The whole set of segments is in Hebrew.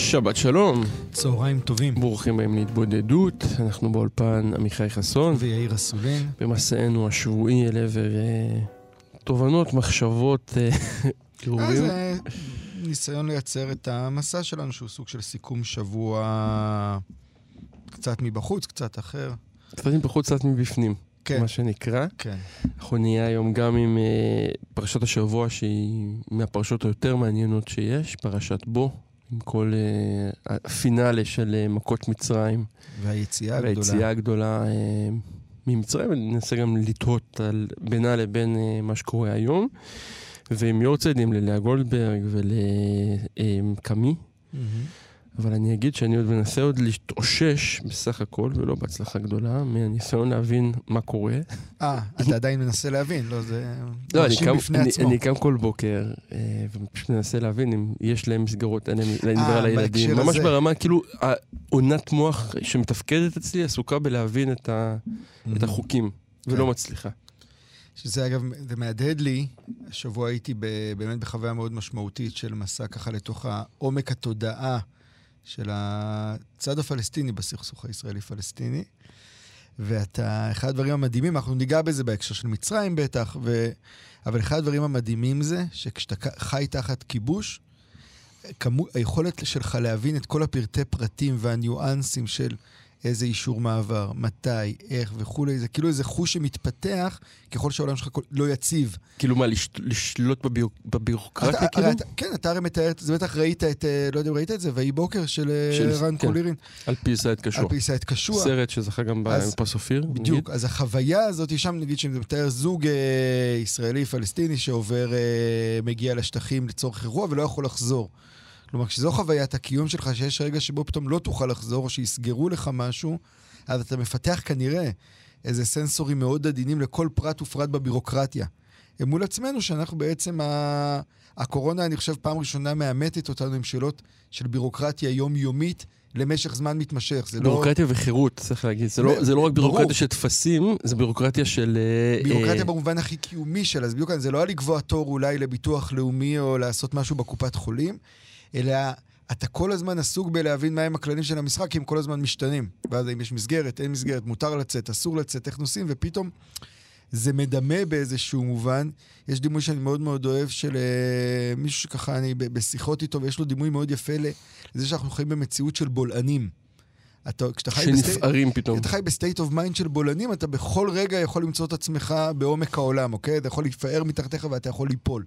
שבת שלום. צהריים טובים. ברוכים בהם להתבודדות. אנחנו באולפן עמיחי חסון. ויאיר אסולין. במסענו השבועי אל עבר תובנות, מחשבות, עירובים. זה ניסיון לייצר את המסע שלנו, שהוא סוג של סיכום שבוע קצת מבחוץ, קצת אחר. קצת מבחוץ, קצת מבפנים. כן. מה שנקרא. כן. אנחנו נהיה היום גם עם פרשת השבוע, שהיא מהפרשות היותר מעניינות שיש, פרשת בו. עם כל הפינאלה של מכות מצרים. והיציאה הגדולה ממצרים. ננסה גם לתהות בינה לבין מה שקורה היום. ועם יורציידים ללאה גולדברג ולקמי. אבל אני אגיד שאני עוד מנסה עוד להתאושש בסך הכל, ולא בהצלחה גדולה, מהניסיון להבין מה קורה. אתה עדיין מנסה להבין, לא, זה לא, אני קם כל בוקר, ופשוט מנסה להבין אם יש להם מסגרות, אני מדבר על הילדים. ממש ברמה, כאילו, העונת מוח שמתפקדת אצלי, עסוקה בלהבין את החוקים, ולא מצליחה. שזה אגב, זה מהדהד לי, השבוע הייתי באמת בחוויה מאוד משמעותית של מסע ככה לתוך העומק התודעה, של הצד הפלסטיני בסכסוך הישראלי-פלסטיני. אחד הדברים המדהימים, אנחנו ניגע בזה בהקשר של מצרים בטח, אבל אחד הדברים המדהימים זה, שכשאתה חי תחת כיבוש, היכולת שלך להבין את כל הפרטי פרטים והניואנסים של איזה אישור מעבר, מתי, איך וכו', זה כאילו איזה חוש שמתפתח ככל שהעולם שלך לא יציב. כאילו מה, לשלוט בבירוקרטיה כאילו? כן, אתה הרי מתאר, זה בטח ראית את, לא יודע אם ראית את זה, והיא בוקר של רן קולירין. על פי סייד קשוע. על פי סייד קשוע. סרט שזכה גם בפרס אופיר. בדיוק, אז החוויה הזאת, שם נגיד שזה מתאר זוג ישראלי-פלסטיני שעובר, מגיע לשטחים לצורך אירוע ולא יכול לחזור. כלומר, כשזו חוויית הקיום שלך, שיש רגע שבו פתאום לא תוכל לחזור, או שיסגרו לך משהו, אז אתה מפתח כנראה איזה סנסורים מאוד עדינים לכל פרט ופרט בבירוקרטיה. מול עצמנו שאנחנו בעצם, הקורונה, אני חושב, פעם ראשונה מאמתת אותנו עם שאלות של בירוקרטיה יומיומית, למשך זמן מתמשך. בירוקרטיה וחירות, צריך להגיד. זה לא רק בירוקרטיה של תפסים, זה בירוקרטיה של... בירוקרטיה במובן הכי קיומי שלה. אז בדיוק, זה לא לקבוע תור אולי לביטוח לאומי, או לעשות משהו בקופת חולים, אלא אתה כל הזמן עסוק בלהבין מהם הכללים של המשחק, כי הם כל הזמן משתנים. ואז אם יש מסגרת, אין מסגרת, מותר לצאת, אסור לצאת, איך נוסעים, ופתאום זה מדמה באיזשהו מובן. יש דימוי שאני מאוד מאוד אוהב של מישהו שככה אני בשיחות איתו, ויש לו דימוי מאוד יפה לזה שאנחנו חיים במציאות של בולענים. שנפערים פתאום. אתה חי בסטייט אוף מיינד של בולענים, אתה בכל רגע יכול למצוא את עצמך בעומק העולם, אוקיי? אתה יכול לפער מתחתיך ואתה יכול ליפול.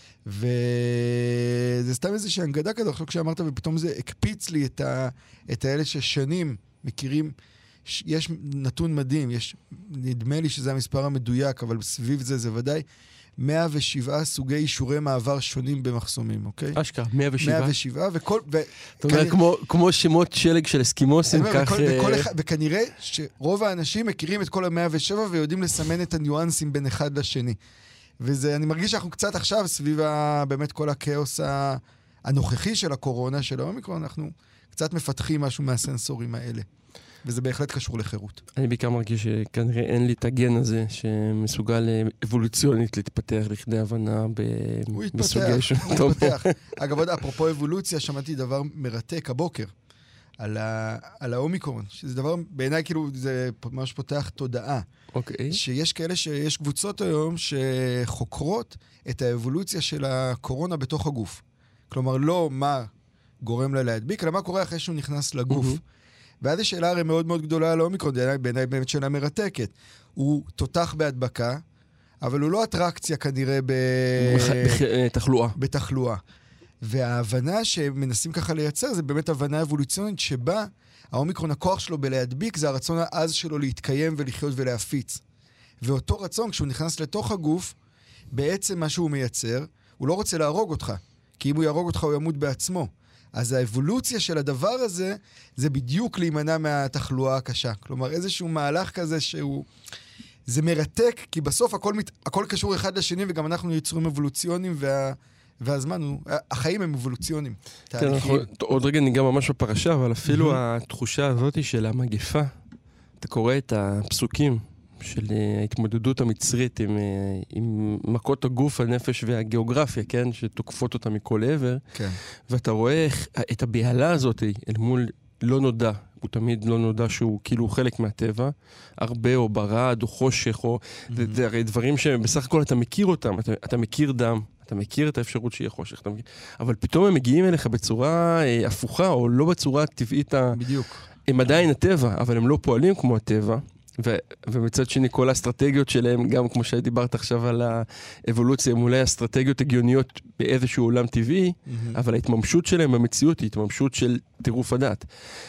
וזה סתם איזושהי הנגדה כזו, עכשיו כשאמרת, ופתאום זה הקפיץ לי את האלה ששנים מכירים, יש נתון מדהים, נדמה לי שזה המספר המדויק, אבל סביב זה ודאי, 107 סוגי אישורי מעבר שונים במחסומים, אוקיי? אשכרה, 107? 107, זאת אומרת, כמו שמות שלג של אסקימוסים, כך... וכנראה שרוב האנשים מכירים את כל ה-107 ויודעים לסמן את הניואנסים בין אחד לשני. אני מרגיש שאנחנו קצת עכשיו סביב באמת כל הכאוס הנוכחי של הקורונה, של האומיקרון, אנחנו קצת מפתחים משהו מהסנסורים האלה. וזה בהחלט קשור לחירות. אני בעיקר מרגיש שכנראה אין לי את הגן הזה שמסוגל אבולוציונית להתפתח לכדי הבנה בסוגי הוא יתפתח. אגב, אפרופו אבולוציה, שמעתי דבר מרתק הבוקר על האומיקרון, שזה דבר בעיניי כאילו זה ממש פותח תודעה. אוקיי. שיש כאלה שיש קבוצות היום שחוקרות את האבולוציה של הקורונה בתוך הגוף. כלומר, לא מה גורם לה להדביק, אלא מה קורה אחרי שהוא נכנס לגוף. ואז השאלה הרי מאוד מאוד גדולה על האומיקרון, בעיניי באמת שאלה מרתקת. הוא תותח בהדבקה, אבל הוא לא אטרקציה כנראה בתחלואה. וההבנה שמנסים ככה לייצר, זה באמת הבנה אבולוציונית שבה האומיקרון, הכוח שלו בלהדביק, זה הרצון העז שלו להתקיים ולחיות ולהפיץ. ואותו רצון, כשהוא נכנס לתוך הגוף, בעצם מה שהוא מייצר, הוא לא רוצה להרוג אותך. כי אם הוא יהרוג אותך, הוא ימות בעצמו. אז האבולוציה של הדבר הזה, זה בדיוק להימנע מהתחלואה הקשה. כלומר, איזשהו מהלך כזה שהוא... זה מרתק, כי בסוף הכל קשור אחד לשני, וגם אנחנו יצורים אבולוציוניים, והזמן החיים הם אבולוציוניים. כן, עוד רגע ניגע ממש בפרשה, אבל אפילו התחושה הזאת של המגפה, אתה קורא את הפסוקים של ההתמודדות המצרית עם מכות הגוף, הנפש והגיאוגרפיה, כן? שתוקפות אותה מכל עבר. כן. ואתה רואה את הבהלה הזאת אל מול לא נודע. הוא תמיד לא נודע שהוא כאילו חלק מהטבע. הרבה או ברד או חושך, או... זה הרי דברים שבסך הכל אתה מכיר אותם. אתה מכיר דם. אתה מכיר את האפשרות שיהיה חושך. אבל פתאום הם מגיעים אליך בצורה הפוכה, או לא בצורה טבעית. בדיוק. הם עדיין הטבע, אבל הם לא פועלים כמו הטבע. ומצד שני, כל האסטרטגיות שלהם, גם כמו שדיברת עכשיו על האבולוציה, הם אולי אסטרטגיות הגיוניות באיזשהו עולם טבעי, אבל ההתממשות שלהם במציאות היא התממשות של טירוף הדעת.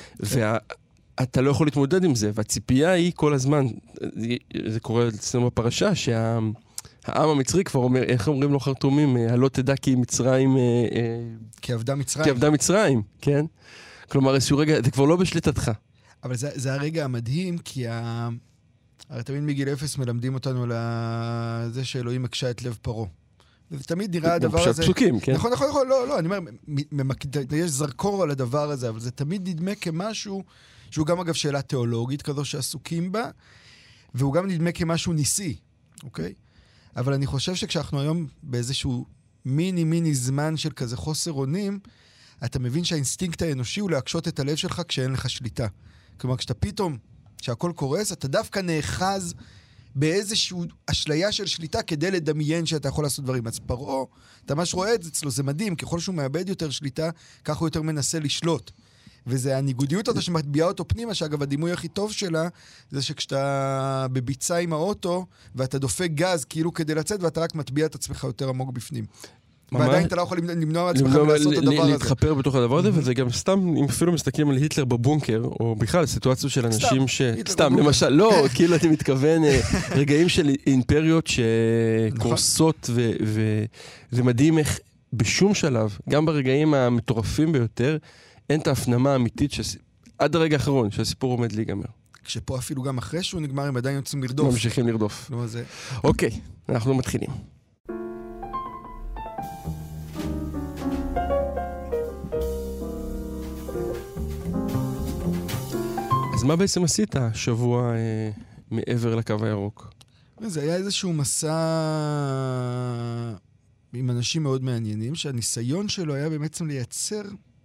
ואתה לא יכול להתמודד עם זה, והציפייה היא כל הזמן, זה קורה אצלנו בפרשה, שהעם המצרי כבר אומר, איך אומרים לו חרטומים, הלא תדע כי מצרים... כעבדה מצרים. כעבדה מצרים, כן? כלומר, איזשהו רגע, זה כבר לא בשליטתך. אבל זה הרגע המדהים, כי הרי תמיד מגיל 0 מלמדים אותנו על זה שאלוהים מקשה את לב פרעה. וזה תמיד נראה הדבר הזה... פשט פסוקים, כן? נכון, לא, אני אומר, יש זרקור על הדבר הזה, אבל זה תמיד נדמה כמשהו, שהוא גם אגב שאלה תיאולוגית כזו שעסוקים בה, והוא גם נדמה כמשהו ניסי, אוקיי? אבל אני חושב שכשאנחנו היום באיזשהו מיני זמן של כזה חוסר אונים, אתה מבין שהאינסטינקט האנושי הוא להקשות את הלב שלך כשאין לך שליטה. כלומר, כשאתה פתאום, כשהכל קורס, אתה דווקא נאחז באיזושהי אשליה של שליטה כדי לדמיין שאתה יכול לעשות דברים. אז פרעה, אתה ממש רואה את זה אצלו, זה מדהים, ככל שהוא מאבד יותר שליטה, כך הוא יותר מנסה לשלוט. וזה הניגודיות אותה שמטביעה אותו פנימה, שאגב, הדימוי הכי טוב שלה, זה שכשאתה בביצה עם האוטו, ואתה דופק גז כאילו כדי לצאת, ואתה רק מטביע את עצמך יותר עמוק בפנים. ועדיין אתה לא יכול למנוע מעצמך ולעשות את הדבר הזה. להתחפר בתוך הדבר הזה, וזה גם סתם, אם אפילו מסתכלים על היטלר בבונקר, או בכלל סיטואציות של אנשים סתם, למשל, לא, כאילו אתה מתכוון, רגעים של אימפריות שקורסות, ומדהים איך בשום שלב, גם ברגעים המטורפים ביותר, אין את ההפנמה האמיתית עד הרגע האחרון שהסיפור עומד להיגמר. כשפה אפילו גם אחרי שהוא נגמר, הם עדיין יוצאים לרדוף. ממשיכים לרדוף. אוקיי, אנחנו מתחילים. אז מה בעצם עשית שבוע מעבר לקו הירוק? זה היה איזשהו מסע עם אנשים מאוד מעניינים, שהניסיון שלו היה בעצם לייצר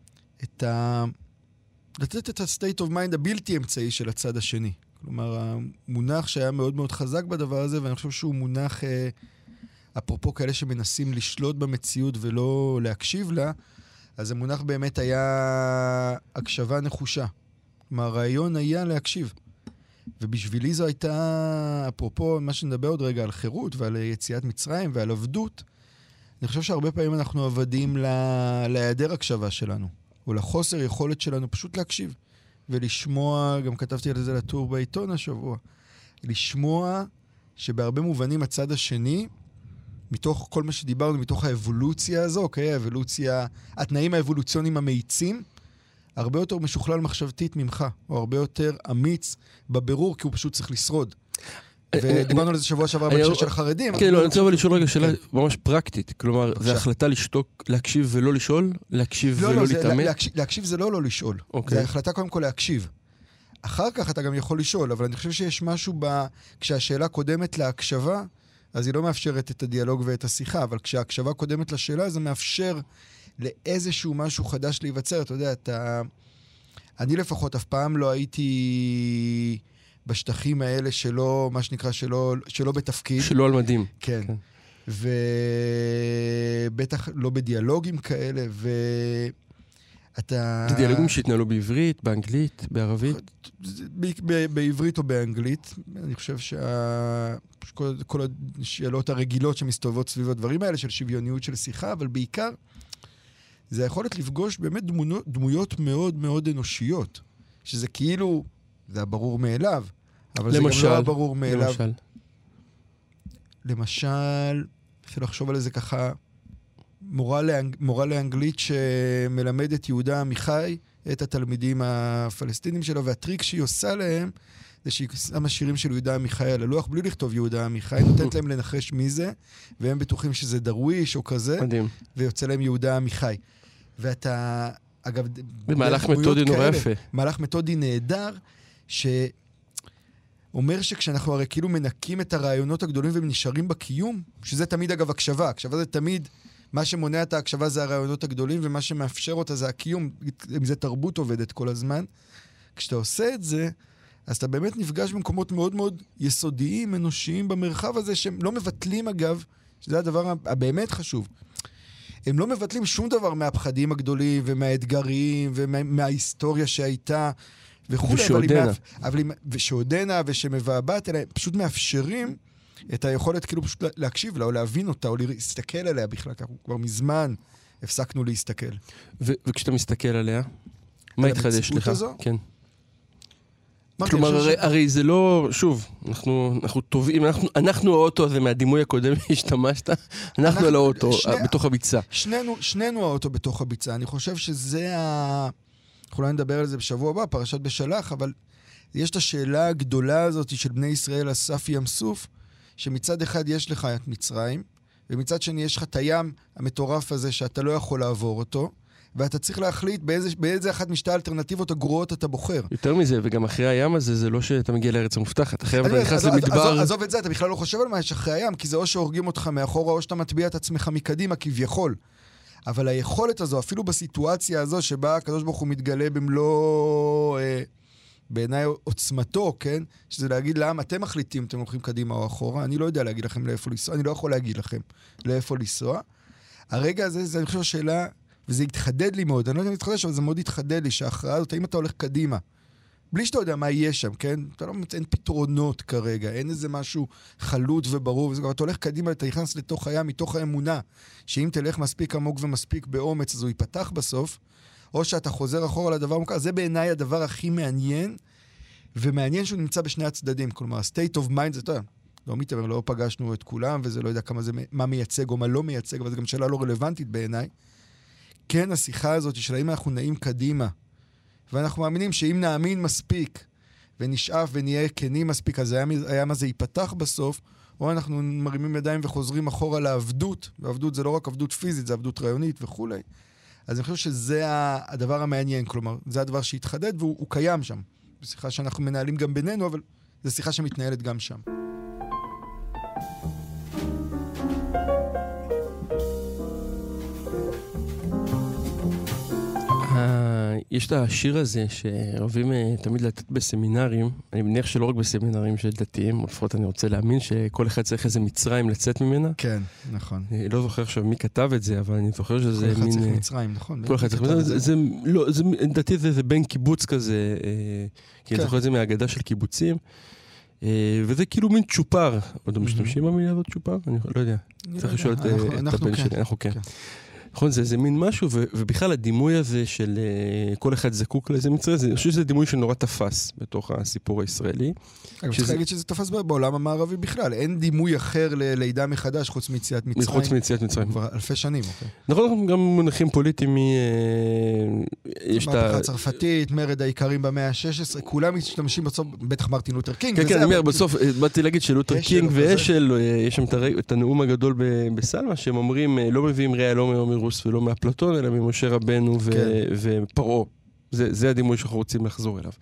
לתת את ה-state of mind הבלתי אמצעי של הצד השני. כלומר, המונח שהיה מאוד מאוד חזק בדבר הזה, ואני חושב שהוא מונח, אפרופו כאלה שמנסים לשלוט במציאות ולא להקשיב לה, אז המונח באמת היה הקשבה נחושה. כלומר, הרעיון היה להקשיב. ובשבילי זו הייתה, אפרופו מה שנדבר עוד רגע על חירות ועל יציאת מצרים ועל עבדות, אני חושב שהרבה פעמים אנחנו עבדים להיעדר הקשבה שלנו, או לחוסר יכולת שלנו פשוט להקשיב. ולשמוע, גם כתבתי על זה לטור בעיתון השבוע, לשמוע שבהרבה מובנים הצד השני, מתוך כל מה שדיברנו, מתוך האבולוציה הזו, אוקיי? האבולוציה, התנאים האבולוציוניים המאיצים, הרבה יותר משוכלל מחשבתית ממך, או הרבה יותר אמיץ בברור, כי הוא פשוט צריך לשרוד. ודיברנו על זה שבוע שעבר בהקשר של החרדים. כן, לא, אני רוצה אבל לשאול רגע שאלה ממש פרקטית. כלומר, זו החלטה לשתוק, להקשיב ולא לשאול? להקשיב ולא להתאמן? להקשיב זה לא לשאול. זו החלטה קודם כל להקשיב. אחר כך אתה גם יכול לשאול, אבל אני חושב שיש משהו כשהשאלה קודמת להקשבה, אז היא לא מאפשרת את הדיאלוג ואת השיחה, אבל כשההקשבה קודמת לשאלה, זה מאפשר לאיזשהו משהו חדש להיווצר. אתה יודע, אני לפחות אף פעם לא הייתי בשטחים האלה שלא, מה שנקרא, שלא בתפקיד. שלא על מדים. כן. ובטח לא בדיאלוגים כאלה, ואתה... זה דיאלוגים שהתנהלו בעברית, באנגלית, בערבית? בעברית או באנגלית. אני חושב כל השאלות הרגילות שמסתובבות סביב הדברים האלה, של שוויוניות של שיחה, אבל בעיקר, זה היכולת לפגוש באמת דמויות מאוד מאוד אנושיות, שזה כאילו, זה הברור מאליו, אבל זה גם לא הברור מאליו. למשל, אפשר לחשוב על זה ככה, מורה לאנגלית שמלמד את יהודה עמיחי, את התלמידים הפלסטינים שלו, והטריק שהיא עושה להם, זה שהיא שמה שירים של יהודה עמיחי על הלוח, בלי לכתוב יהודה עמיחי, נותנת להם לנחש מי זה, והם בטוחים שזה דרוויש או כזה, מדהים. ויוצא להם יהודה עמיחי. ואתה, אגב... זה מהלך מתודי נורא יפה. מהלך מתודי נהדר, אומר שכשאנחנו הרי כאילו מנקים את הרעיונות הגדולים ונשארים בקיום, שזה תמיד אגב הקשבה. הקשבה זה תמיד, מה שמונע את ההקשבה זה הרעיונות הגדולים, ומה שמאפשר אותה זה הקיום. אם זה תרבות עובדת כל הזמן. כשאתה עושה את זה, אז אתה באמת נפגש במקומות מאוד מאוד יסודיים, אנושיים במרחב הזה, שהם לא מבטלים אגב, שזה הדבר הבאמת חשוב. הם לא מבטלים שום דבר מהפחדים הגדולים ומהאתגרים ומההיסטוריה שהייתה וכו'. ושעודנה ושמבעבעת, אלא פשוט מאפשרים את היכולת כאילו פשוט להקשיב לה או להבין אותה או להסתכל עליה בכלל. אנחנו כבר מזמן הפסקנו להסתכל. וכשאתה מסתכל עליה, מה התחדש לך? כן. כלומר, הרי זה לא, שוב, אנחנו טובים, אנחנו האוטו הזה מהדימוי הקודם שהשתמשת, אנחנו על האוטו, בתוך הביצה. שנינו האוטו בתוך הביצה. אני חושב שזה אנחנו לא נדבר על זה בשבוע הבא, פרשת בשלח, אבל יש את השאלה הגדולה הזאת של בני ישראל, אסף ים סוף, שמצד אחד יש לך את מצרים, ומצד שני יש לך את הים המטורף הזה שאתה לא יכול לעבור אותו, ואתה צריך להחליט באיזה אחת משתי האלטרנטיבות הגרועות אתה בוחר. יותר מזה, וגם אחרי הים הזה, זה לא שאתה מגיע לארץ המובטחת. אחרי הים אתה נכנס למדבר. עזוב את זה, אתה בכלל לא חושב על מה יש אחרי הים, כי זה או שהורגים אותך מאחורה, או שאתה מטביע את עצמך מקדימה, כביכול. אבל היכולת הזו, אפילו בסיטואציה הזו, שבה הקדוש ברוך הוא מתגלה במלוא, בעיניי עוצמתו, כן? שזה להגיד למה אתם מחליטים, אתם הולכים קדימה או אחורה. אני לא יודע להגיד לכם לאיפה לנסוע, אני לא יכול להגיד לכם לאיפה לנסוע. הרגע הזה, זה אני חושב שאלה, וזה התחדד לי מאוד, אני לא יודע אם התחדש, אבל זה מאוד התחדד לי, שההכרעה הזאת, האם אתה הולך קדימה, בלי שאתה יודע מה יהיה שם, כן? אתה לא אין פתרונות כרגע, אין איזה משהו חלוט וברור, וזה כבר, אתה הולך קדימה, אתה נכנס לתוך הים, מתוך האמונה, שאם תלך מספיק עמוק ומספיק באומץ, אז הוא ייפתח בסוף, או שאתה חוזר אחורה לדבר מוכר. זה בעיניי הדבר הכי מעניין, ומעניין שהוא נמצא בשני הצדדים, כלומר, state of mind, זה אתה לא מתאמר, לא פגשנו את כולם, וזה לא יודע כמה זה, מה מייצג או מה לא מייצג, אבל זו גם שאלה לא רלוונטית בעיניי. כן, השיחה הזאת של האם אנחנו נעים קדימה, ואנחנו מאמינים שאם נאמין מספיק, ונשאף ונהיה כנים מספיק, אז הים הזה ייפתח בסוף, או אנחנו מרימים ידיים וחוזרים אחורה לעבדות, ועבדות זה לא רק עבדות פיזית, זה עבדות רעיונית וכו'. אז אני חושב שזה הדבר המעניין, כלומר, זה הדבר שהתחדד, והוא קיים שם. זו שיחה שאנחנו מנהלים גם בינינו, אבל זו שיחה שמתנהלת גם שם. יש את השיר הזה שאוהבים תמיד לתת בסמינרים, אני מניח שלא רק בסמינרים של דתיים, לפחות אני רוצה להאמין שכל אחד צריך איזה מצרים לצאת ממנה. כן, נכון. אני לא זוכר עכשיו מי כתב את זה, אבל אני זוכר שזה מין... כל אחד צריך מצרים, נכון. כל אחד צריך מצרים. דתי זה בין קיבוץ כזה, כי אני זוכר את זה מהאגדה של קיבוצים, וזה כאילו מין צ'ופר. עוד משתמשים במילה הזאת צ'ופר? אני לא יודע. צריך לשאול את הבן שלי. אנחנו כן. נכון, זה מין משהו, ובכלל הדימוי הזה של כל אחד זקוק לאיזה מצרים, אני חושב שזה דימוי שנורא תפס בתוך הסיפור הישראלי. אני צריך להגיד שזה תפס בעולם המערבי בכלל. אין דימוי אחר ללידה מחדש חוץ מיציאת מצרים. חוץ מיציאת מצרים. כבר אלפי שנים. נכון, גם מונחים פוליטיים מהפכה הצרפתית, מרד העיקרים במאה ה-16, כולם משתמשים בסוף, בטח מרטין לותר קינג. כן, אני אומר, בסוף באתי להגיד שלותר קינג ואשל, יש שם את הנאום הגדול בסלמה, שהם אומרים, לא מביאים ראיה, לא מרוס ולא מאפלטון, אלא ממשה רבנו ופרעה. זה הדימוי שאנחנו רוצים לחזור אליו.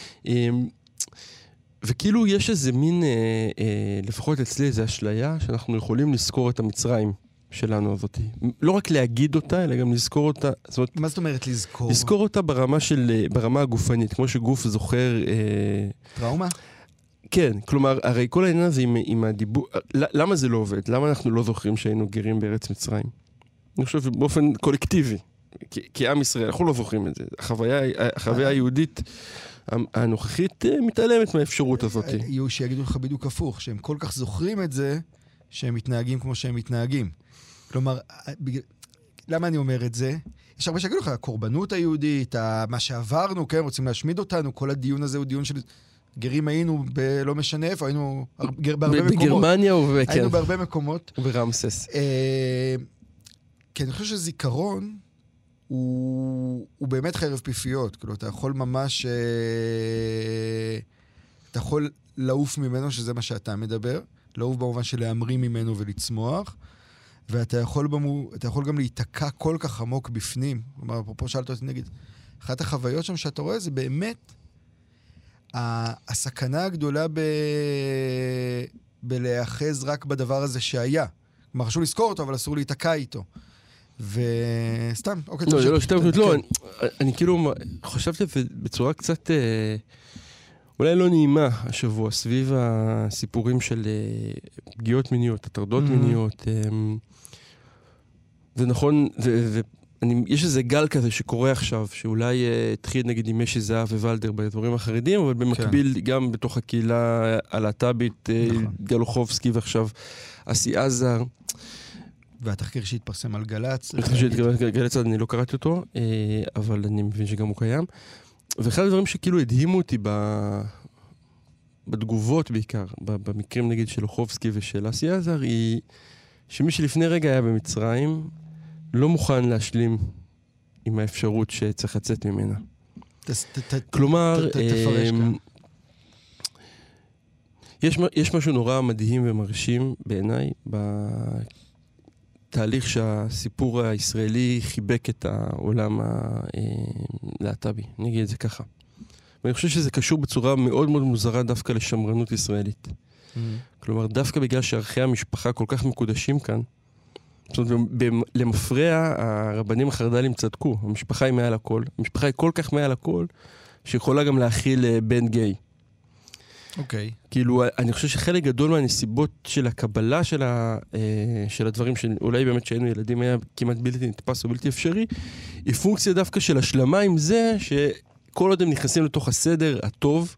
וכאילו יש איזה מין, לפחות אצלי איזו אשליה, שאנחנו יכולים לזכור את המצרים שלנו הזאת. לא רק להגיד אותה, אלא גם לזכור אותה. מה זאת אומרת לזכור? לזכור אותה ברמה הגופנית, כמו שגוף זוכר... טראומה? כן, כלומר, הרי כל העניין הזה עם הדיבור... למה זה לא עובד? למה אנחנו לא זוכרים שהיינו גרים בארץ מצרים? אני חושב באופן קולקטיבי, כעם ישראל, אנחנו לא זוכרים את זה. החוויה היהודית הנוכחית מתעלמת מהאפשרות הזאת. יהיו שיגידו לך בדיוק הפוך, שהם כל כך זוכרים את זה, שהם מתנהגים כמו שהם מתנהגים. כלומר, למה אני אומר את זה? יש הרבה שיגידו לך, הקורבנות היהודית, מה שעברנו, כן, רוצים להשמיד אותנו, כל הדיון הזה הוא דיון של... גרים היינו לא משנה איפה, היינו בהרבה מקומות. בגרמניה היינו בהרבה מקומות. וברמסס. כי אני חושב שזיכרון הוא באמת חרב פיפיות. כאילו, אתה יכול ממש... אתה יכול לעוף ממנו, שזה מה שאתה מדבר. לעוף במובן של להמרים ממנו ולצמוח. ואתה יכול גם להיתקע כל כך עמוק בפנים. כלומר, פה שאלת אותי נגיד, אחת החוויות שם שאתה רואה זה באמת הסכנה הגדולה בלהאחז רק בדבר הזה שהיה. כלומר, חשוב לזכור אותו, אבל אסור להתעקע איתו. וסתם, אוקיי. לא, אני כאילו חשבתי בצורה קצת אולי לא נעימה השבוע, סביב הסיפורים של פגיעות מיניות, הטרדות מיניות. זה נכון, יש איזה גל כזה שקורה עכשיו, שאולי התחיל נגיד עם משי זהב וולדר בדברים החרדים, אבל במקביל גם בתוך הקהילה הלהט"בית, גלוחובסקי ועכשיו אסי עזר. והתחקיר שהתפרסם על גלץ. גלץ, אני לא קראתי אותו, אבל אני מבין שגם הוא קיים. ואחד הדברים שכאילו הדהימו אותי בתגובות בעיקר, במקרים נגיד של לוחובסקי ושל אסי עזר, היא שמי שלפני רגע היה במצרים, לא מוכן להשלים עם האפשרות שצריך לצאת ממנה. כלומר, תפרש כאן. יש משהו נורא מדהים ומרשים בעיניי, בתהליך שהסיפור הישראלי חיבק את העולם הלהט"בי, נגיד את זה ככה. ואני חושב שזה קשור בצורה מאוד מאוד מוזרה דווקא לשמרנות ישראלית. כלומר, דווקא בגלל שערכי המשפחה כל כך מקודשים כאן, זאת אומרת, למפרע הרבנים החרד"לים צדקו, המשפחה היא מעל הכל, המשפחה היא כל כך מעל הכל, שיכולה גם להכיל בן גיי. אוקיי. כאילו, אני חושב שחלק גדול מהנסיבות של הקבלה של הדברים, שאולי באמת שהיינו ילדים היה כמעט בלתי נתפס או בלתי אפשרי, היא פונקציה דווקא של השלמה עם זה, שכל עוד הם נכנסים לתוך הסדר הטוב,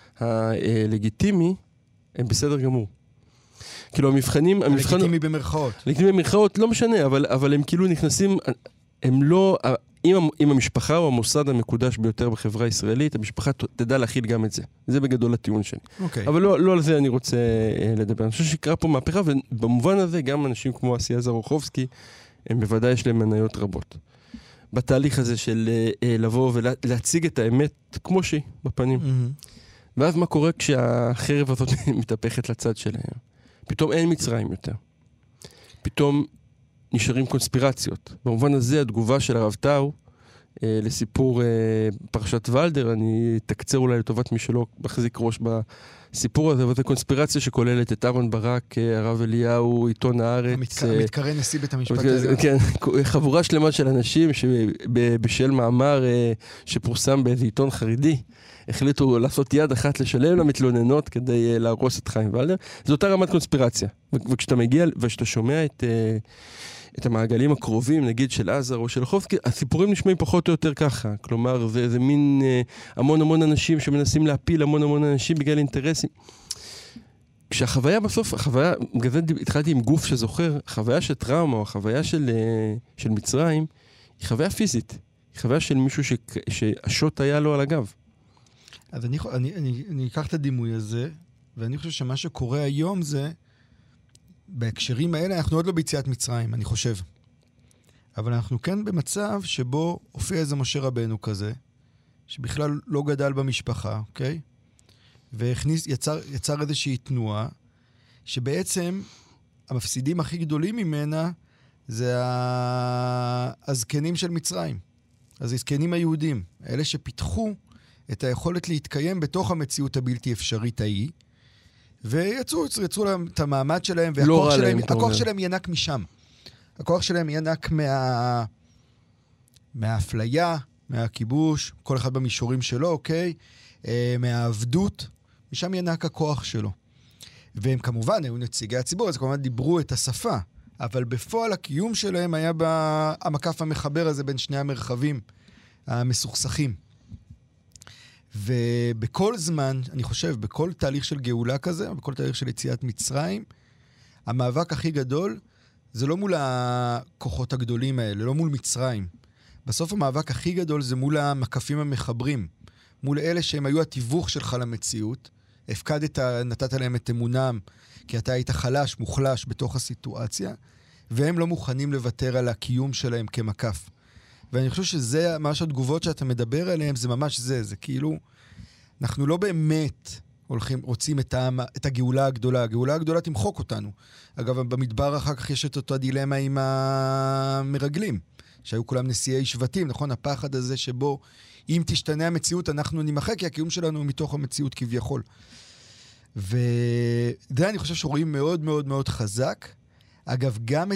הלגיטימי, הם בסדר גמור. כאילו המבחנים... לגיטימי במרכאות. לגיטימי במרכאות, לא משנה, אבל הם כאילו נכנסים, הם לא... אם המשפחה או המוסד המקודש ביותר בחברה הישראלית, המשפחה תדע להכיל גם את זה. זה בגדול הטיעון שלי. אוקיי. אבל לא על זה אני רוצה לדבר. אני חושב שקרה פה מהפכה, ובמובן הזה גם אנשים כמו אסי עזר רוחובסקי, הם בוודאי יש להם מניות רבות. בתהליך הזה של לבוא ולהציג את האמת כמו שהיא, בפנים. ואז מה קורה כשהחרב הזאת מתהפכת לצד שלהם? פתאום אין מצרים יותר. פתאום נשארים קונספירציות. במובן הזה, התגובה של הרב טאו לסיפור פרשת ולדר, אני תקצר אולי לטובת מי שלא מחזיק ראש בסיפור הזה, אבל זו קונספירציה שכוללת את אהרן ברק, הרב אליהו, עיתון הארץ. המתקרא נשיא בית המשפט העליון. כן, חבורה שלמה של אנשים שבשל מאמר שפורסם באיזה עיתון חרדי, החליטו לעשות יד אחת לשלם למתלוננות כדי להרוס את חיים ולדר. זו אותה רמת קונספירציה. וכשאתה מגיע ושאתה שומע את המעגלים הקרובים, נגיד של עזר או של חובסקי, הסיפורים נשמעים פחות או יותר ככה. כלומר, זה מין המון אנשים שמנסים להפיל המון אנשים בגלל אינטרסים. כשהחוויה בסוף, בגלל זה התחלתי עם גוף שזוכר, חוויה של טראומה או חוויה של מצרים, היא חוויה פיזית. היא חוויה של מישהו שהשוט היה לו על הגב. אז אני אקח את הדימוי הזה, ואני חושב שמה שקורה היום זה, בהקשרים האלה, אנחנו עוד לא ביציאת מצרים, אני חושב. אבל אנחנו כן במצב שבו הופיע איזה משה רבנו כזה, שבכלל לא גדל במשפחה, אוקיי? ויצר איזושהי תנועה, שבעצם המפסידים הכי גדולים ממנה, זה הזקנים של מצרים. אז הזקנים היהודים, אלה שפיתחו את היכולת להתקיים בתוך המציאות הבלתי אפשרית ההיא, ויצרו להם את המעמד שלהם, והכוח שלהם ינק משם. הכוח שלהם ינק מהאפליה, מהכיבוש, כל אחד במישורים שלו, אוקיי? מהעבדות, משם ינק הכוח שלו. והם כמובן היו נציגי הציבור, אז כמובן דיברו את השפה, אבל בפועל הקיום שלהם היה המקף המחבר הזה בין שני המרחבים המסוכסכים. ובכל זמן, אני חושב, בכל תהליך של גאולה כזה, או בכל תהליך של יציאת מצרים, המאבק הכי גדול, זה לא מול הכוחות הגדולים האלה, לא מול מצרים. בסוף המאבק הכי גדול זה מול המקפים המחברים, מול אלה שהם היו התיווך שלך למציאות, הפקדת, נתת להם את אמונם, כי אתה היית חלש, מוחלש בתוך הסיטואציה, והם לא מוכנים לוותר על הקיום שלהם כמקף. ואני חושב שזה, מה שהתגובות שאתה מדבר עליהן, זה ממש זה כאילו, אנחנו לא באמת רוצים את הגאולה הגדולה. הגאולה הגדולה תמחוק אותנו. אגב, במדבר אחר כך יש את אותה דילמה עם המרגלים, שהיו כולם נשיאי שבטים, נכון? הפחד הזה שבו אם תשתנה המציאות אנחנו נמחק, כי הקיום שלנו הוא מתוך המציאות כביכול. וזה אני חושב שרואים מאוד מאוד מאוד חזק. אגב, גם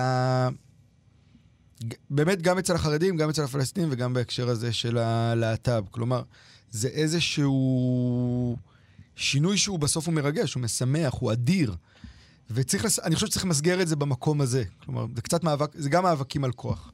באמת גם אצל החרדים, גם אצל הפלסטינים, וגם בהקשר הזה של הלהט"ב. כלומר, זה איזשהו שינוי שהוא בסוף הוא מרגש, הוא משמח, הוא אדיר. אני חושב שצריך למסגר את זה במקום הזה. כלומר, זה קצת מאבק, זה גם מאבקים על כוח.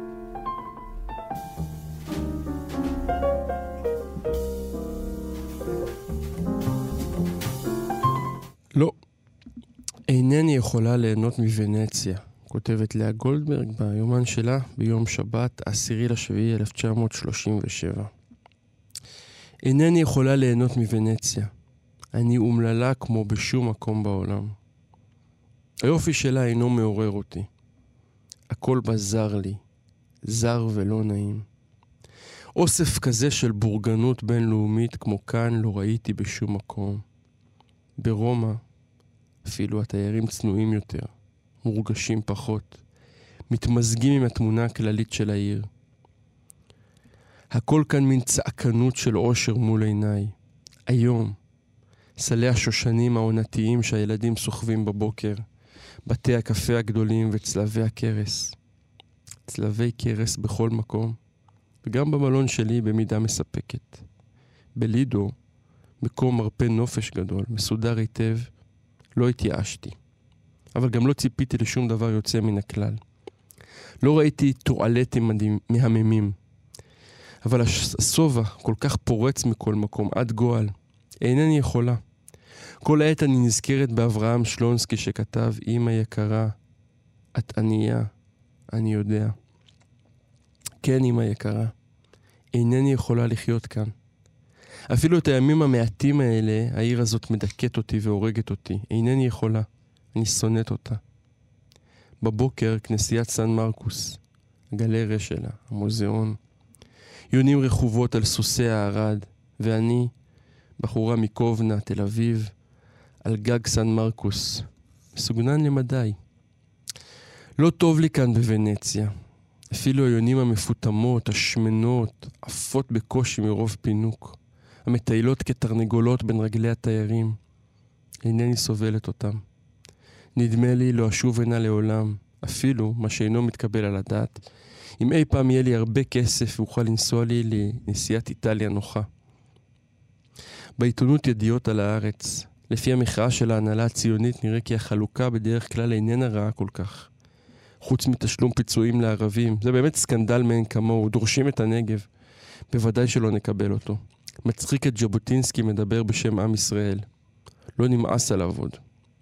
לא. אינני יכולה ליהנות מוונציה, כותבת לאה גולדברג ביומן שלה ביום שבת, 10/7/1937. אינני יכולה ליהנות מוונציה. אני אומללה כמו בשום מקום בעולם. היופי שלה אינו מעורר אותי. הכל בה זר לי, זר ולא נעים. אוסף כזה של בורגנות בינלאומית כמו כאן לא ראיתי בשום מקום. ברומא אפילו התיירים צנועים יותר, מורגשים פחות, מתמזגים עם התמונה הכללית של העיר. הכל כאן מין צעקנות של עושר מול עיניי. היום, סלי השושנים העונתיים שהילדים סוחבים בבוקר, בתי הקפה הגדולים וצלבי הקרס. צלבי קרס בכל מקום, וגם במלון שלי במידה מספקת. בלידו, מקום מרפא נופש גדול, מסודר היטב, לא התייאשתי. אבל גם לא ציפיתי לשום דבר יוצא מן הכלל. לא ראיתי טואלטים מהממים. אבל הסובה כל כך פורץ מכל מקום, עד גועל. אינני יכולה. כל העת אני נזכרת באברהם שלונסקי שכתב, אמא יקרה, את ענייה, אני יודע. כן, אמא יקרה, אינני יכולה לחיות כאן. אפילו את הימים המעטים האלה, העיר הזאת מדכאת אותי והורגת אותי. אינני יכולה, אני שונאת אותה. בבוקר, כנסיית סן מרקוס, הגלריה שלה, המוזיאון. יונים רחובות על סוסי הערד, ואני, בחורה מקובנה, תל אביב, על גג סן מרקוס, מסוגנן למדי. לא טוב לי כאן בוונציה. אפילו היונים המפותמות, השמנות, עפות בקושי מרוב פינוק. המטיילות כתרנגולות בין רגלי התיירים. אינני סובלת אותם. נדמה לי לא אשוב הנה לעולם, אפילו מה שאינו מתקבל על הדעת. אם אי פעם יהיה לי הרבה כסף ואוכל לנסוע לי לנסיעת איטליה נוחה. בעיתונות ידיעות על הארץ, לפי המחאה של ההנהלה הציונית נראה כי החלוקה בדרך כלל איננה רעה כל כך. חוץ מתשלום פיצויים לערבים, זה באמת סקנדל מאין כמוהו, דורשים את הנגב. בוודאי שלא נקבל אותו. מצחיק את ז'בוטינסקי מדבר בשם עם ישראל. לא נמאס עליו עוד.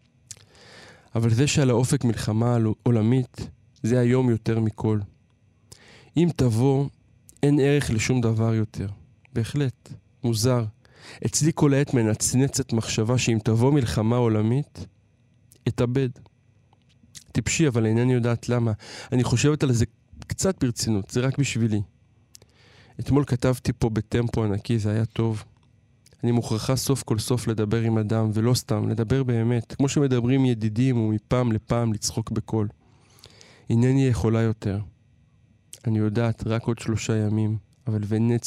אבל זה שעל האופק מלחמה עולמית, זה היום יותר מכל. אם תבוא, אין ערך לשום דבר יותר. בהחלט, מוזר. אצלי כל העת מנצנצת מחשבה שאם תבוא מלחמה עולמית, אתאבד. טיפשי, אבל אינני יודעת למה. אני חושבת על זה קצת ברצינות, זה רק בשבילי. אתמול כתבתי פה בטמפו ענקי, זה היה טוב. אני מוכרחה סוף כל סוף לדבר עם אדם, ולא סתם, לדבר באמת, כמו שמדברים ידידים ומפעם לפעם לצחוק בקול. אינני יכולה יותר. אני יודעת, רק עוד 3 ימים, אבל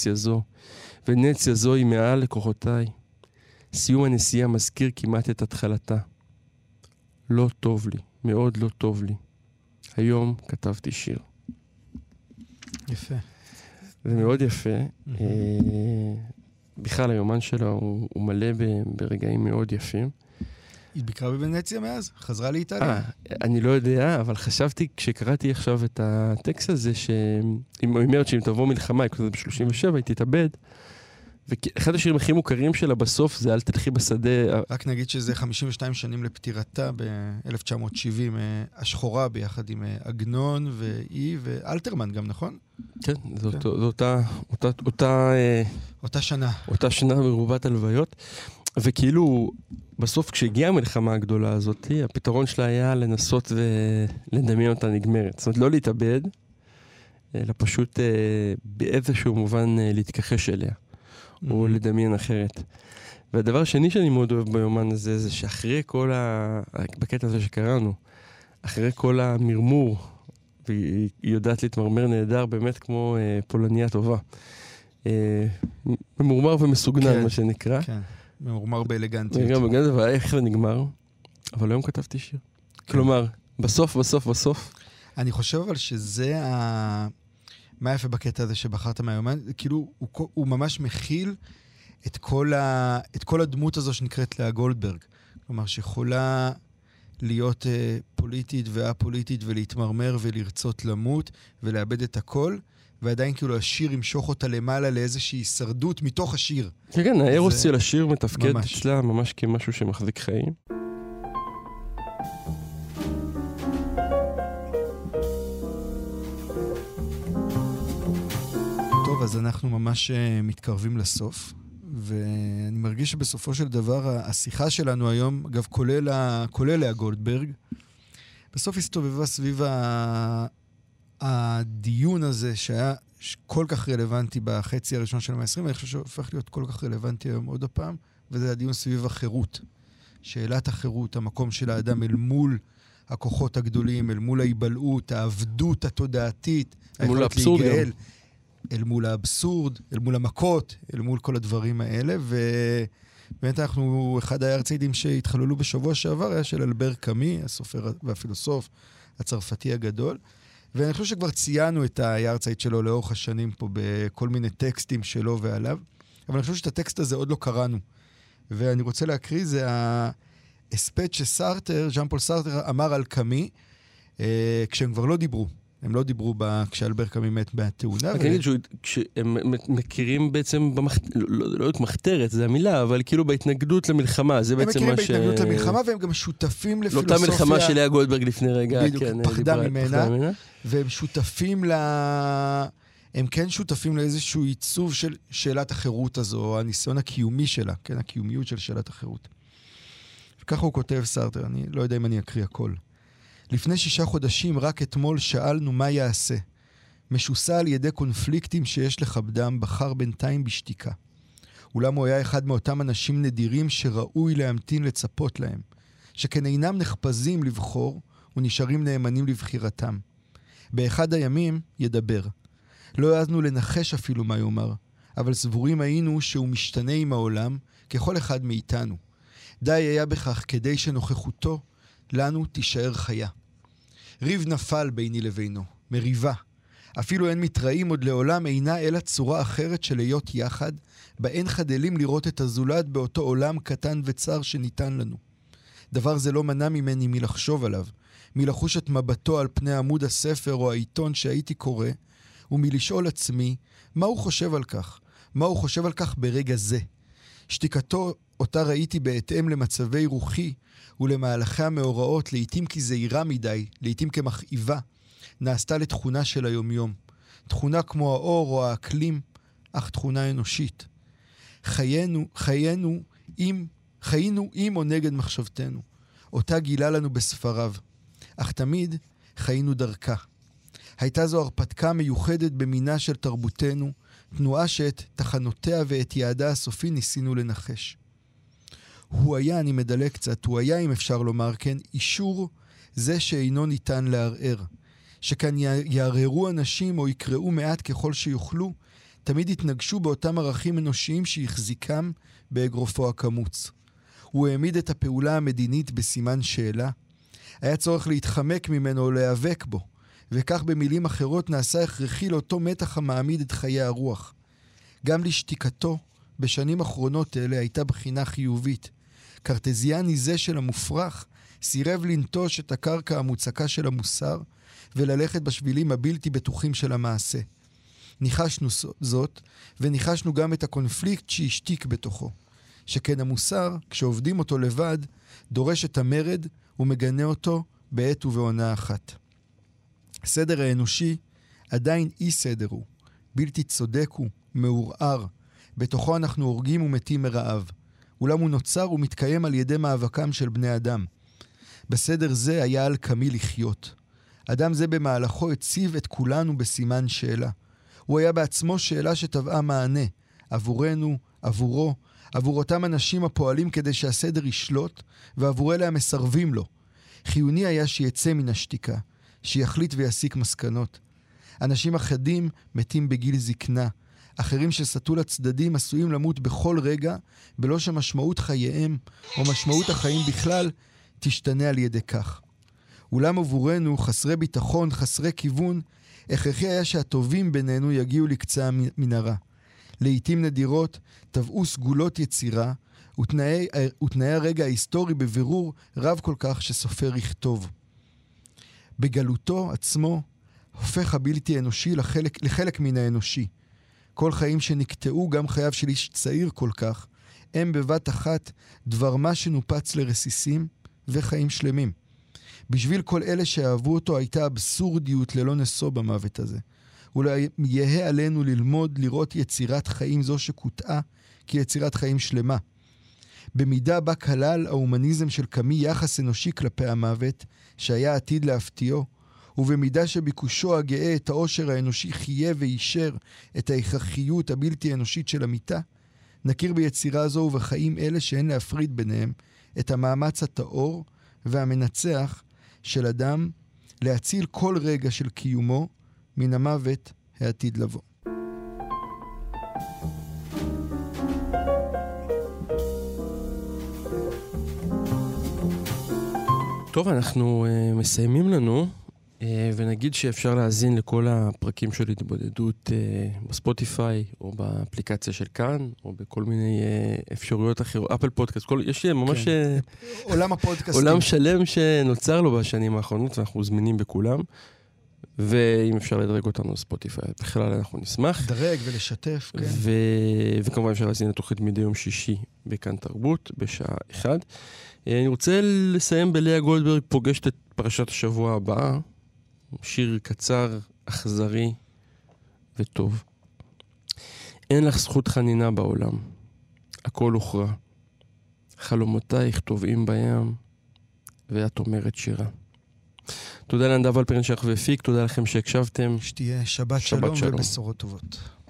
ונציה זו היא מעל לכוחותיי. סיום הנסיעה מזכיר כמעט את התחלתה. לא טוב לי, מאוד לא טוב לי. היום כתבתי שיר. יפה. זה מאוד יפה. בכלל היומן שלו הוא מלא ברגעים מאוד יפים. היא ביקרה בוונציה מאז? חזרה לאיטליה? אני לא יודע, אבל חשבתי כשקראתי עכשיו את הטקסט הזה, היא אומרת שאם תבוא מלחמה, היא כותבת ב-37, היא תתאבד. ואחד השירים הכי מוכרים שלה בסוף זה אל תלכי בשדה. רק נגיד שזה 52 שנים לפטירתה ב-1970, השחורה ביחד עם עגנון והיא ואלתרמן גם, נכון? כן, זו אותה שנה. אותה שנה מרובת הלוויות. וכאילו, בסוף כשהגיעה המלחמה הגדולה הזאת, הפתרון שלה היה לנסות ולדמיין אותה נגמרת. זאת אומרת, לא להתאבד, אלא פשוט באיזשהו מובן להתכחש אליה. או לדמיין אחרת. והדבר השני שאני מאוד אוהב ביומן הזה, זה שאחרי כל בקטע הזה שקראנו, אחרי כל המרמור והיא יודעת להתמרמר נהדר, באמת כמו פולניה טובה. ממורמר ומסוגנן, מה שנקרא. כן, ממורמר באלגנטיות. גם באלגנטיות, ואיך זה נגמר? אבל היום כתבתי שיר. כלומר, בסוף. אני חושב אבל שזה מה יפה בקטע הזה שבחרת מהיומן, כאילו הוא ממש מכיל את כל הדמות הזו שנקראת לאה גולדברג. כלומר, שיכולה להיות פוליטית ואפוליטית ולהתמרמר ולרצות למות ולאבד את הכל, ועדיין כאילו השיר ימשוך אותה למעלה לאיזושהי הישרדות מתוך השיר. כן, הארוס של השיר מתפקד אצלה ממש כמשהו שמחזיק חיים. טוב, אז אנחנו ממש מתקרבים לסוף, ואני מרגיש שבסופו של דבר השיחה שלנו היום, אגב, כולל לאה גולדברג, בסוף הסתובבה סביב הדיון הזה שהיה כל כך רלוונטי בחצי הראשון של המאה ה-20, ואני חושב שהופך להיות כל כך רלוונטי היום עוד הפעם, וזה הדיון סביב החירות. שאלת החירות, המקום של האדם אל מול הכוחות הגדולים, אל מול ההיבלעות, העבדות התודעתית, אל מול האבסורד גם. אל מול האבסורד, אל מול המכות, אל מול כל הדברים האלה, ובאמת אנחנו, אחד היארצייטים שהתחוללו בשבוע שעבר, היה של אלבר קאמי, הסופר והפילוסוף הצרפתי הגדול, ואני חושב שכבר ציינו את היארצייט שלו לאורך השנים פה בכל מיני טקסטים שלו ועליו, אבל אני חושב שאת הטקסט הזה עוד לא קראנו, ואני רוצה להקריא, זה ההספד שסארטר, ז'אן פול סארטר אמר על קאמי, כשהם כבר לא דיברו. הם לא דיברו כשאלבר קאמי מת מהתאונה. אני אגיד שהם מכירים בעצם, לא רק מחתרת, זה המילה, אבל כאילו בהתנגדות למלחמה, זה בעצם מה ש... הם מכירים בהתנגדות למלחמה, והם גם שותפים לפילוסופיה... לאותה מלחמה של לאה גולדברג לפני רגע. בדיוק, פחדה ממנה, והם שותפים הם כן שותפים לאיזשהו עיצוב של שאלת החירות הזו, או הניסיון הקיומי שלה, כן, הקיומיות של שאלת החירות. וככה הוא כותב סארטר, אני לא יודע אם אני אקריא הכל. לפני 6 חודשים, רק אתמול שאלנו מה יעשה. משוסע על ידי קונפליקטים שיש לכבדם, בחר בינתיים בשתיקה. אולם הוא היה אחד מאותם אנשים נדירים שראוי להמתין לצפות להם, שכן אינם נחפזים לבחור ונשארים נאמנים לבחירתם. באחד הימים ידבר. לא העזנו לנחש אפילו מה יאמר, אבל סבורים היינו שהוא משתנה עם העולם ככל אחד מאיתנו. די היה בכך כדי שנוכחותו לנו תישאר חיה. ריב נפל ביני לבינו, מריבה. אפילו אין מתראים עוד לעולם אינה אלא צורה אחרת של להיות יחד, בה אין חדלים לראות את הזולת באותו עולם קטן וצר שניתן לנו. דבר זה לא מנע ממני מלחשוב עליו, מלחוש את מבטו על פני עמוד הספר או העיתון שהייתי קורא, ומלשאול עצמי, מה הוא חושב על כך? מה הוא חושב על כך ברגע זה? שתיקתו אותה ראיתי בהתאם למצבי רוחי ולמהלכי המאורעות, לעתים כזהירה מדי, לעתים כמכאיבה, נעשתה לתכונה של היומיום. תכונה כמו האור או האקלים, אך תכונה אנושית. חיינו עם או נגד מחשבתנו. אותה גילה לנו בספריו. אך תמיד חיינו דרכה. הייתה זו הרפתקה מיוחדת במינה של תרבותנו, תנועה שאת תחנותיה ואת יעדה הסופי ניסינו לנחש. הוא היה, אני מדלג קצת, הוא היה, אם אפשר לומר כן, אישור זה שאינו ניתן לערער. שכאן יערערו אנשים או יקראו מעט ככל שיוכלו, תמיד התנגשו באותם ערכים אנושיים שהחזיקם באגרופו הקמוץ. הוא העמיד את הפעולה המדינית בסימן שאלה. היה צורך להתחמק ממנו או להיאבק בו, וכך במילים אחרות נעשה הכרחי לאותו מתח המעמיד את חיי הרוח. גם לשתיקתו, בשנים האחרונות האלה הייתה בחינה חיובית. קרטזיאני זה של המופרך סירב לנטוש את הקרקע המוצקה של המוסר וללכת בשבילים הבלתי בטוחים של המעשה. ניחשנו זאת, וניחשנו גם את הקונפליקט שהשתיק בתוכו. שכן המוסר, כשעובדים אותו לבד, דורש את המרד ומגנה אותו בעת ובעונה אחת. הסדר האנושי עדיין אי סדר הוא, בלתי צודק הוא, מעורער. בתוכו אנחנו הורגים ומתים מרעב. אולם הוא נוצר ומתקיים על ידי מאבקם של בני אדם. בסדר זה היה על קאמי לחיות. אדם זה במהלכו הציב את כולנו בסימן שאלה. הוא היה בעצמו שאלה שטבעה מענה, עבורנו, עבורו, עבור אותם אנשים הפועלים כדי שהסדר ישלוט, ועבור אלה המסרבים לו. חיוני היה שיצא מן השתיקה, שיחליט ויסיק מסקנות. אנשים אחדים מתים בגיל זקנה. אחרים שסטו לצדדים עשויים למות בכל רגע, בלא שמשמעות חייהם, או משמעות החיים בכלל, תשתנה על ידי כך. אולם עבורנו, חסרי ביטחון, חסרי כיוון, הכרחי היה שהטובים בינינו יגיעו לקצה המנהרה. לעתים נדירות טבעו סגולות יצירה, ותנאי הרגע ההיסטורי בבירור רב כל כך שסופר יכתוב. בגלותו עצמו הופך הבלתי אנושי לחלק מן האנושי. כל חיים שנקטעו, גם חייו של איש צעיר כל כך, הם בבת אחת דבר מה שנופץ לרסיסים וחיים שלמים. בשביל כל אלה שאהבו אותו הייתה אבסורדיות ללא נסו במוות הזה. אולי יהיה עלינו ללמוד לראות יצירת חיים זו שקוטעה כיצירת חיים שלמה. במידה בה כלל ההומניזם של קאמי יחס אנושי כלפי המוות שהיה עתיד להפתיעו, ובמידה שביקושו הגאה את העושר האנושי חייב ואישר את ההכרחיות הבלתי אנושית של המיטה, נכיר ביצירה זו ובחיים אלה שאין להפריד ביניהם את המאמץ הטהור והמנצח של אדם להציל כל רגע של קיומו מן המוות העתיד לבוא. טוב, אנחנו מסיימים לנו, ונגיד שאפשר להאזין לכל הפרקים של התבודדות בספוטיפיי, או באפליקציה של כאן, או בכל מיני אפשרויות אחרות, אפל פודקאסט, יש ממש עולם הפודקאסטים. עולם שלם שנוצר לו בשנים האחרונות, ואנחנו זמינים בכולם, ואם אפשר לדרג אותנו בספוטיפיי, בכלל אנחנו נשמח. לדרג ולשתף, כן. וכמובן אפשר להזין לתוכנית מדי יום שישי בכאן תרבות, בשעה 1. אני רוצה לסיים בלאה גולדברג פוגשת את פרשת השבוע הבאה, שיר קצר, אכזרי וטוב. אין לך זכות חנינה בעולם, הכל הוכרע. חלומותייך טובעים בים, ואת אומרת שירה. תודה לנדב אלפרין שערך והפיק, תודה לכם שהקשבתם. שתהיה שבת שלום ובשורות טובות.